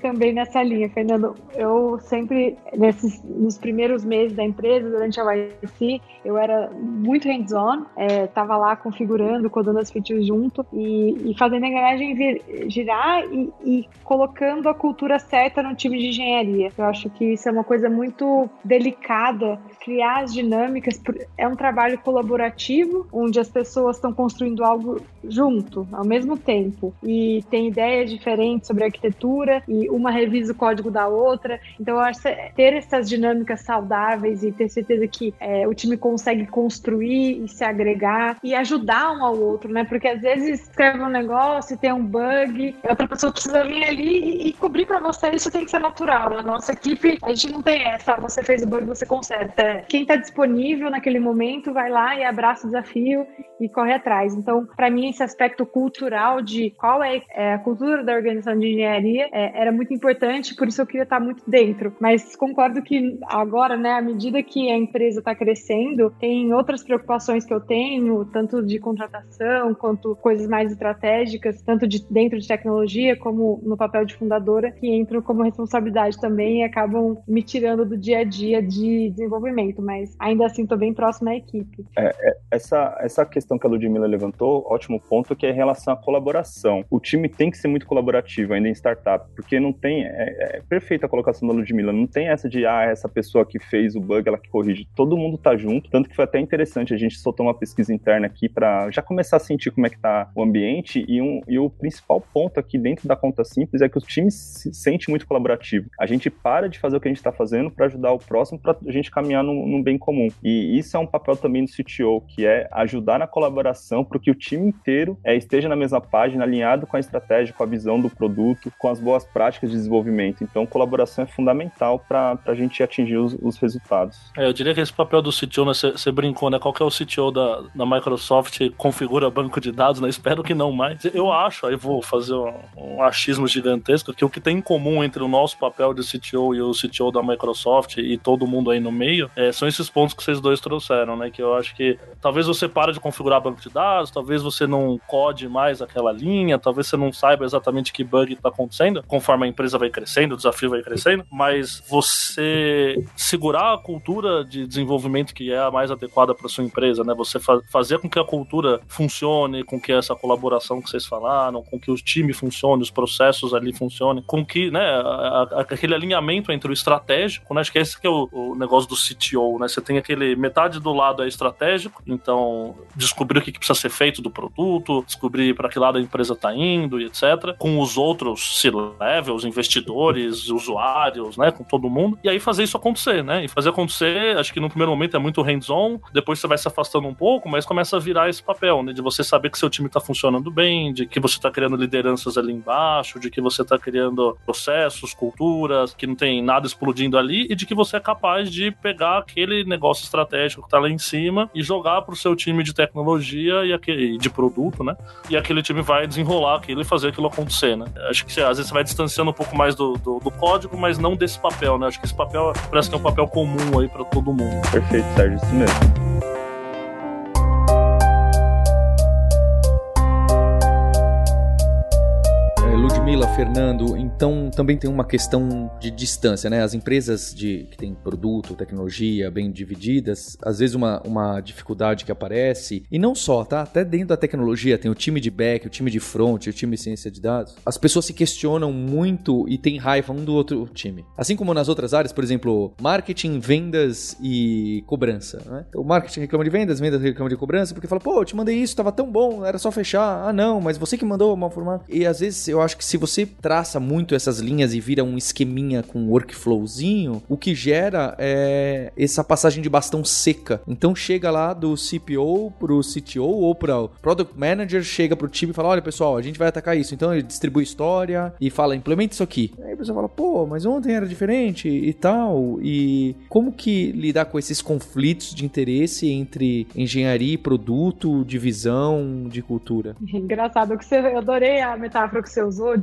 nessa linha, Fernando. Eu sempre, nos primeiros meses da empresa, durante a YC, eu era muito hands-on, tava lá configurando, codando as features junto e fazendo a engrenagem girar e colocando a cultura certa no time de engenharia. Eu acho que isso é uma coisa muito delicada, criar as dinâmicas. É um trabalho colaborativo, onde as pessoas estão construindo algo junto, ao mesmo tempo, e tem ideias diferentes sobre a arquitetura, e uma revisa o código da outra. Então eu acho que ter essas dinâmicas saudáveis e ter certeza que o time consegue construir e se agregar e ajudar um ao outro, né? Porque às vezes escreve um negócio e tem um bug, e outra pessoa precisa vir ali e cobrir pra você. Isso tem que ser natural. Na nossa equipe, a gente não tem essa, você fez o bug, você conserta. Quem tá disponível naquele momento vai lá e abraça o desafio e corre atrás. Então, para mim, esse aspecto cultural de qual é a cultura da organização de engenharia era muito importante, por isso eu queria estar muito dentro. Mas concordo que agora, né, à medida que a empresa está crescendo, tem outras preocupações que eu tenho, tanto de contratação, quanto coisas mais estratégicas, tanto dentro de tecnologia, como no papel de fundadora, que entram como responsabilidade também e acabam me tirando do dia a dia de desenvolvimento. Mas ainda assim estou bem próximo à equipe. Essa questão que a Ludmila levantou, ótimo ponto, que é em relação à colaboração. O time tem que ser muito colaborativo ainda em startup, porque não tem, perfeita a colocação da Ludmila, não tem essa de, essa pessoa que fez o bug, ela que corrige. Todo mundo tá junto, tanto que foi até interessante, a gente soltou uma pesquisa interna aqui para já começar a sentir como é que tá o ambiente, e o principal ponto aqui dentro da Conta Simples é que o time se sente muito colaborativo. A gente para de fazer o que a gente tá fazendo para ajudar o próximo, para a gente caminhar num bem comum. E isso é um papel também do CTO, que é ajudar na colaboração para que o time inteiro esteja na mesma página, alinhado com a estratégia, com a visão do produto, com as boas práticas de desenvolvimento. Então, colaboração é fundamental para a gente atingir os resultados. Eu diria que esse papel do CTO, né, você brincou, né? Qual que é o CTO da Microsoft configura banco de dados, né? Espero que não mais. Eu acho, aí vou fazer um achismo gigantesco, que o que tem em comum entre o nosso papel de CTO e o CTO da Microsoft e todo mundo aí no meio, são esses pontos que vocês dois trouxeram, né? Que eu acho que talvez você pare de configurar banco de dados, talvez você não code mais aquela linha, talvez você não saiba exatamente que bug está acontecendo, conforme a empresa vai crescendo, o desafio vai crescendo, mas você segurar a cultura de desenvolvimento que é a mais adequada para sua empresa, né? Você fazer com que a cultura funcione, com que essa colaboração que vocês falaram, com que o time funcione, os processos ali funcionem, com que, né, aquele alinhamento entre o estratégico, né? Acho que esse que é o negócio do CTO, né? Você tem aquele, metade do lado é estratégico, então descobrir o que precisa ser feito do produto, descobrir para que lado a empresa está indo e etc. Com os outros C-levels, investidores, usuários, né? Com todo mundo. E aí fazer isso acontecer, né? E fazer acontecer, acho que no primeiro momento é muito hands-on, depois você vai se afastando um pouco, mas começa a virar esse papel, né? De você saber que seu time está funcionando bem, de que você está criando lideranças ali embaixo, de que você está criando processos, culturas, que não tem nada explodindo ali, e de que você é capaz de pegar aquele negócio estratégico que está lá em cima e jogar para o seu time de tecnologia e de produto, né? E aquele time vai desenrolar aquilo e fazer aquilo acontecer, né? Acho que às vezes você vai distanciando um pouco mais do código, mas não desse papel, né? Acho que esse papel parece que é um papel comum aí para todo mundo. Perfeito, Sérgio, isso mesmo. Ludmila, Fernando, então também tem uma questão de distância, né? As empresas que têm produto, tecnologia bem divididas, às vezes uma dificuldade que aparece, e não só, tá? Até dentro da tecnologia tem o time de back, o time de front, o time de ciência de dados. As pessoas se questionam muito e têm raiva um do outro time. Assim como nas outras áreas, por exemplo, marketing, vendas e cobrança, né? Então, o marketing reclama de vendas reclama de cobrança, porque fala, pô, eu te mandei isso, tava tão bom, era só fechar. Ah, não, mas você que mandou mal formado. E às vezes eu acho que se você traça muito essas linhas e vira um esqueminha com um workflowzinho, o que gera é essa passagem de bastão seca. Então chega lá do CPO pro CTO ou pro Product Manager, chega pro time e fala, olha pessoal, a gente vai atacar isso. Então ele distribui história e fala, implementa isso aqui. Aí a pessoa fala, pô, mas ontem era diferente e tal. E como que lidar com esses conflitos de interesse entre engenharia e produto, de visão, de cultura? Engraçado que eu adorei a metáfora que você usou de passagem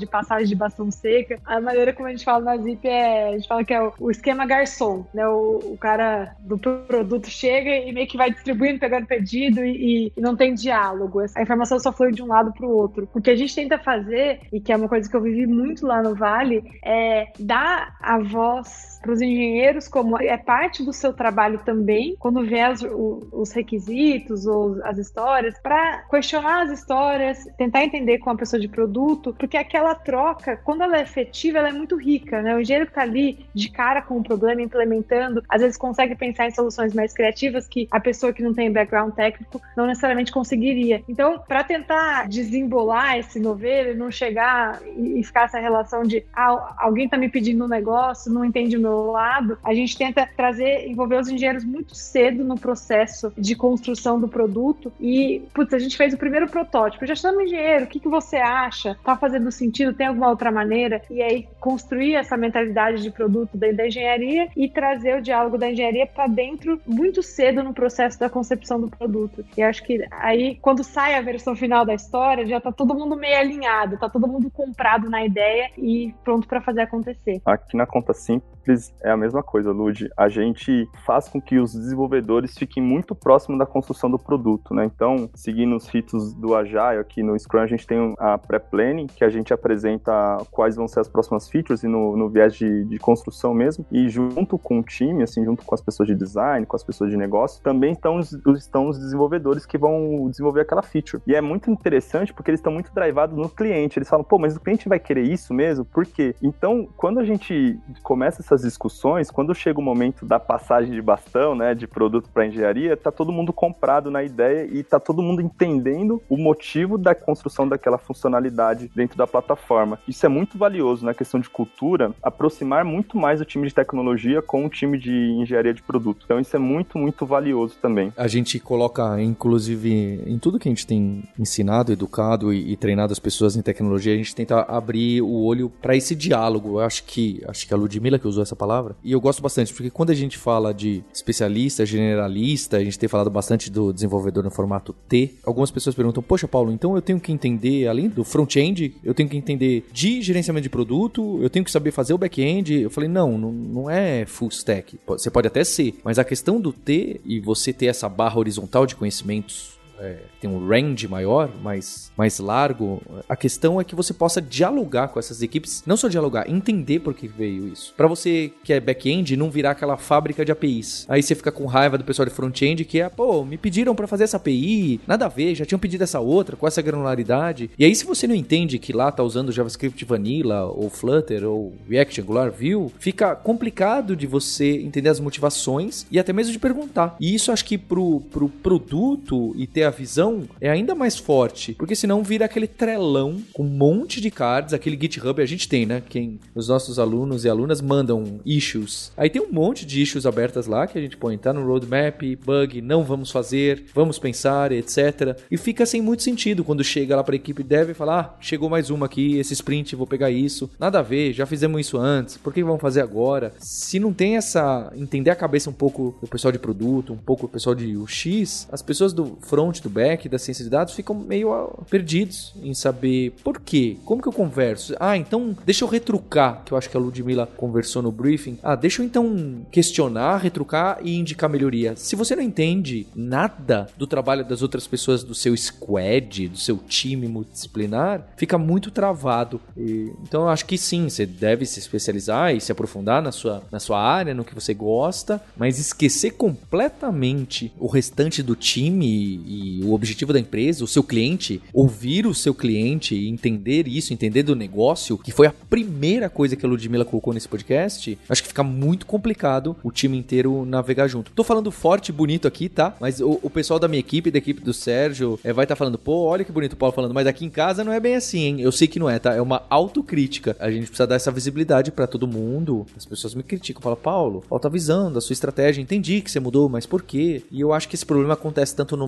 mais de bastão seca. A maneira como a gente fala na Zip a gente fala que é o esquema garçom, né? O cara do produto chega e meio que vai distribuindo, pegando pedido e não tem diálogo. A informação só flui de um lado para o outro. O que a gente tenta fazer, e que é uma coisa que eu vivi muito lá no Vale, é dar a voz para os engenheiros, como é parte do seu trabalho também, quando vê os requisitos ou as histórias, para questionar as histórias, tentar entender com a pessoa de produto, porque aquela troca, quando ela é efetiva, ela é muito rica, né? O engenheiro que está ali de cara com o problema, implementando, às vezes consegue pensar em soluções mais criativas que a pessoa que não tem background técnico não necessariamente conseguiria. Então, para tentar desembolar esse novelo e não chegar e ficar essa relação de alguém está me pedindo um negócio, não entende o meu lado, a gente tenta envolver os engenheiros muito cedo no processo de construção do produto e, a gente fez o primeiro protótipo, já chama o engenheiro, o que você acha? Tá fazendo sentido? Tem alguma outra maneira? E aí construir essa mentalidade de produto dentro da engenharia e trazer o diálogo da engenharia para dentro muito cedo no processo da concepção do produto. E acho que aí, quando sai a versão final da história, já tá todo mundo meio alinhado, tá todo mundo comprado na ideia e pronto para fazer acontecer. Aqui na Conta Simples é a mesma coisa, Lud. A gente faz com que os desenvolvedores fiquem muito próximos da construção do produto, né? Então, seguindo os ritos do Agile, aqui no Scrum, a gente tem a pré-planning, que a gente apresenta quais vão ser as próximas features e no viés de construção mesmo. E junto com o time, assim, junto com as pessoas de design, com as pessoas de negócio, também estão os desenvolvedores que vão desenvolver aquela feature. E é muito interessante porque eles estão muito drivados no cliente. Eles falam, mas o cliente vai querer isso mesmo? Por quê? Então, quando a gente começa essas discussões, quando chega o momento da passagem de bastão, né, de produto para engenharia, tá todo mundo comprado na ideia e tá todo mundo entendendo o motivo da construção daquela funcionalidade dentro da plataforma. Isso é muito valioso na questão de cultura, aproximar muito mais o time de tecnologia com o time de engenharia de produto. Então isso é muito, muito valioso também. A gente coloca, inclusive, em tudo que a gente tem ensinado, educado e treinado as pessoas em tecnologia, a gente tenta abrir o olho para esse diálogo. Eu acho que a Ludmila que usou essa palavra, e eu gosto bastante, porque quando a gente fala de especialista, generalista, a gente tem falado bastante do desenvolvedor no formato T, algumas pessoas perguntam, poxa, Paulo, então eu tenho que entender, além do front-end, eu tenho que entender de gerenciamento de produto, eu tenho que saber fazer o back-end. Eu falei, não é full stack, você pode até ser, mas a questão do T e você ter essa barra horizontal de conhecimentos, tem um range maior, mais largo, a questão é que você possa dialogar com essas equipes, não só dialogar, entender por que veio isso. Pra você que é back-end, não virar aquela fábrica de APIs. Aí você fica com raiva do pessoal de front-end que me pediram pra fazer essa API, nada a ver, já tinham pedido essa outra, com essa granularidade. E aí se você não entende que lá tá usando JavaScript Vanilla, ou Flutter, ou React, Angular, Vue, fica complicado de você entender as motivações e até mesmo de perguntar. E isso acho que pro produto e ter a visão é ainda mais forte, porque senão vira aquele trelão com um monte de cards, aquele GitHub a gente tem, né? Os nossos alunos e alunas mandam issues. Aí tem um monte de issues abertas lá que a gente põe, tá no roadmap, bug, não vamos fazer, vamos pensar, etc. E fica sem muito sentido quando chega lá pra equipe dev e fala, chegou mais uma aqui, esse sprint, vou pegar isso. Nada a ver, já fizemos isso antes, por que vamos fazer agora? Se não tem entender a cabeça um pouco do pessoal de produto, um pouco do pessoal de UX, as pessoas do front, do back, da ciência de dados ficam meio perdidos em saber por quê, como que eu converso. Então deixa eu retrucar, que eu acho que a Ludmila conversou no briefing. Deixa eu então questionar, retrucar e indicar melhoria. Se você não entende nada do trabalho das outras pessoas do seu squad, do seu time multidisciplinar, fica muito travado. Então eu acho que sim, você deve se especializar e se aprofundar na sua área, no que você gosta, mas esquecer completamente o restante do time e o objetivo da empresa, o seu cliente, ouvir o seu cliente e entender isso, entender do negócio, que foi a primeira coisa que a Ludmila colocou nesse podcast, acho que fica muito complicado o time inteiro navegar junto. Tô falando forte e bonito aqui, tá? Mas o pessoal da minha equipe, da equipe do Sérgio, vai estar falando, olha que bonito o Paulo falando, mas aqui em casa não é bem assim, hein? Eu sei que não é, tá? É uma autocrítica. A gente precisa dar essa visibilidade pra todo mundo. As pessoas me criticam, falam, Paulo, falta visão da sua estratégia, entendi que você mudou, mas por quê? E eu acho que esse problema acontece tanto no macro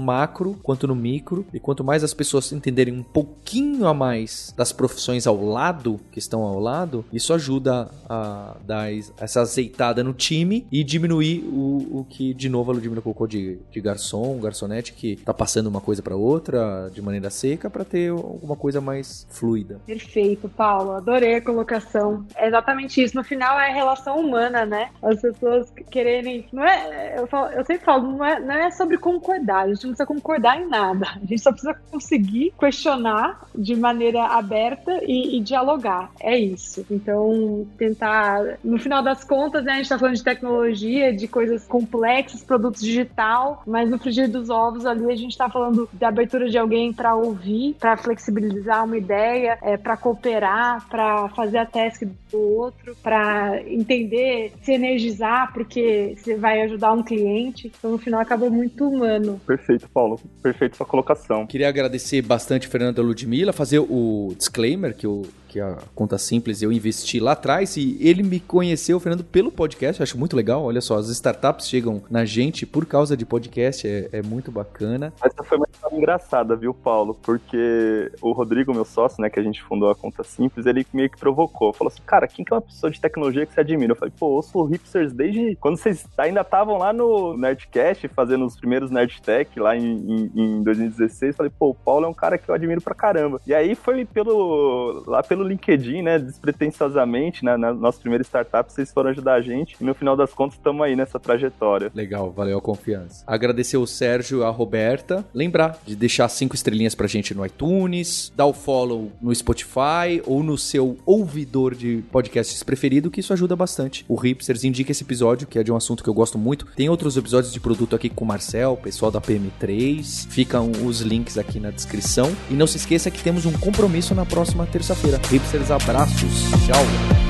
macro quanto no micro, e quanto mais as pessoas entenderem um pouquinho a mais das profissões ao lado, que estão ao lado, isso ajuda a dar essa azeitada no time e diminuir o que, de novo, a Ludmilla colocou de garçom, garçonete, que tá passando uma coisa para outra de maneira seca, para ter alguma coisa mais fluida. Perfeito, Paulo. Adorei a colocação. É exatamente isso. No final é a relação humana, né? As pessoas quererem... Não é, eu sempre falo, não é sobre concordar. A gente não precisa concordar em nada. A gente só precisa conseguir questionar de maneira aberta e dialogar. É isso. Então, tentar... No final das contas, né, a gente tá falando de tecnologia, de coisas complexas, produtos digital, mas no frigir dos ovos ali a gente tá falando da abertura de alguém para ouvir, para flexibilizar uma ideia, para cooperar, para fazer a task do outro, para entender, se energizar, porque você vai ajudar um cliente. Então, no final, acaba muito humano. Perfeito, Paulo. Perfeito sua colocação. Queria agradecer bastante a Fernanda Ludmilla, fazer o disclaimer que a Conta Simples eu investi lá atrás, e ele me conheceu, Fernando, pelo podcast. Eu acho muito legal. Olha só, as startups chegam na gente por causa de podcast, é muito bacana. Essa foi uma história engraçada, viu, Paulo? Porque o Rodrigo, meu sócio, né, que a gente fundou a Conta Simples, ele meio que provocou. Falou assim, cara, quem que é uma pessoa de tecnologia que você admira? Eu falei, pô, eu sou hipsters desde quando vocês ainda estavam lá no Nerdcast, fazendo os primeiros Nerdtech lá em 2016. Eu falei, pô, o Paulo é um cara que eu admiro pra caramba. E aí foi pelo LinkedIn, né, despretensiosamente, né, na nossa primeira startup, vocês foram ajudar a gente, e no final das contas estamos aí nessa trajetória. Legal, valeu a confiança. Agradecer o Sérgio e a Roberta, lembrar de deixar 5 estrelinhas pra gente no iTunes, dar o follow no Spotify ou no seu ouvidor de podcasts preferido, que isso ajuda bastante. O Hipsters indica esse episódio, que é de um assunto que eu gosto muito. Tem outros episódios de produto aqui com o Marcel, pessoal da PM3, ficam os links aqui na descrição. E não se esqueça que temos um compromisso na próxima terça-feira. Hipsters, abraços. Tchau.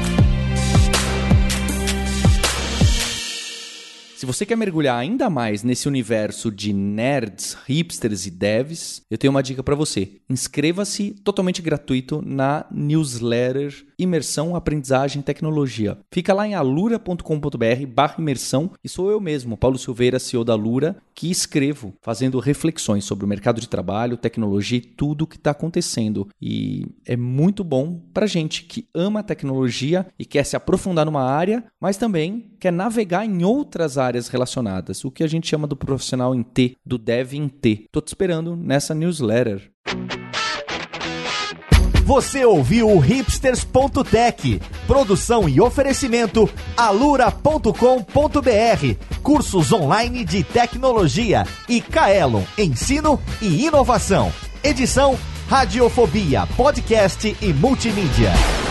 Se você quer mergulhar ainda mais nesse universo de nerds, hipsters e devs, eu tenho uma dica para você. Inscreva-se totalmente gratuito na newsletter Imersão, Aprendizagem e Tecnologia. Fica lá em alura.com.br/imersão e sou eu mesmo, Paulo Silveira, CEO da Alura, que escrevo fazendo reflexões sobre o mercado de trabalho, tecnologia e tudo o que está acontecendo. E é muito bom para gente que ama a tecnologia e quer se aprofundar numa área, mas também quer navegar em outras áreas relacionadas, o que a gente chama do profissional em T, do dev em T. Tô te esperando nessa newsletter. Você ouviu o hipsters.tech, produção e oferecimento alura.com.br, cursos online de tecnologia, e Kaelon, ensino e inovação. Edição Radiofobia, podcast e multimídia.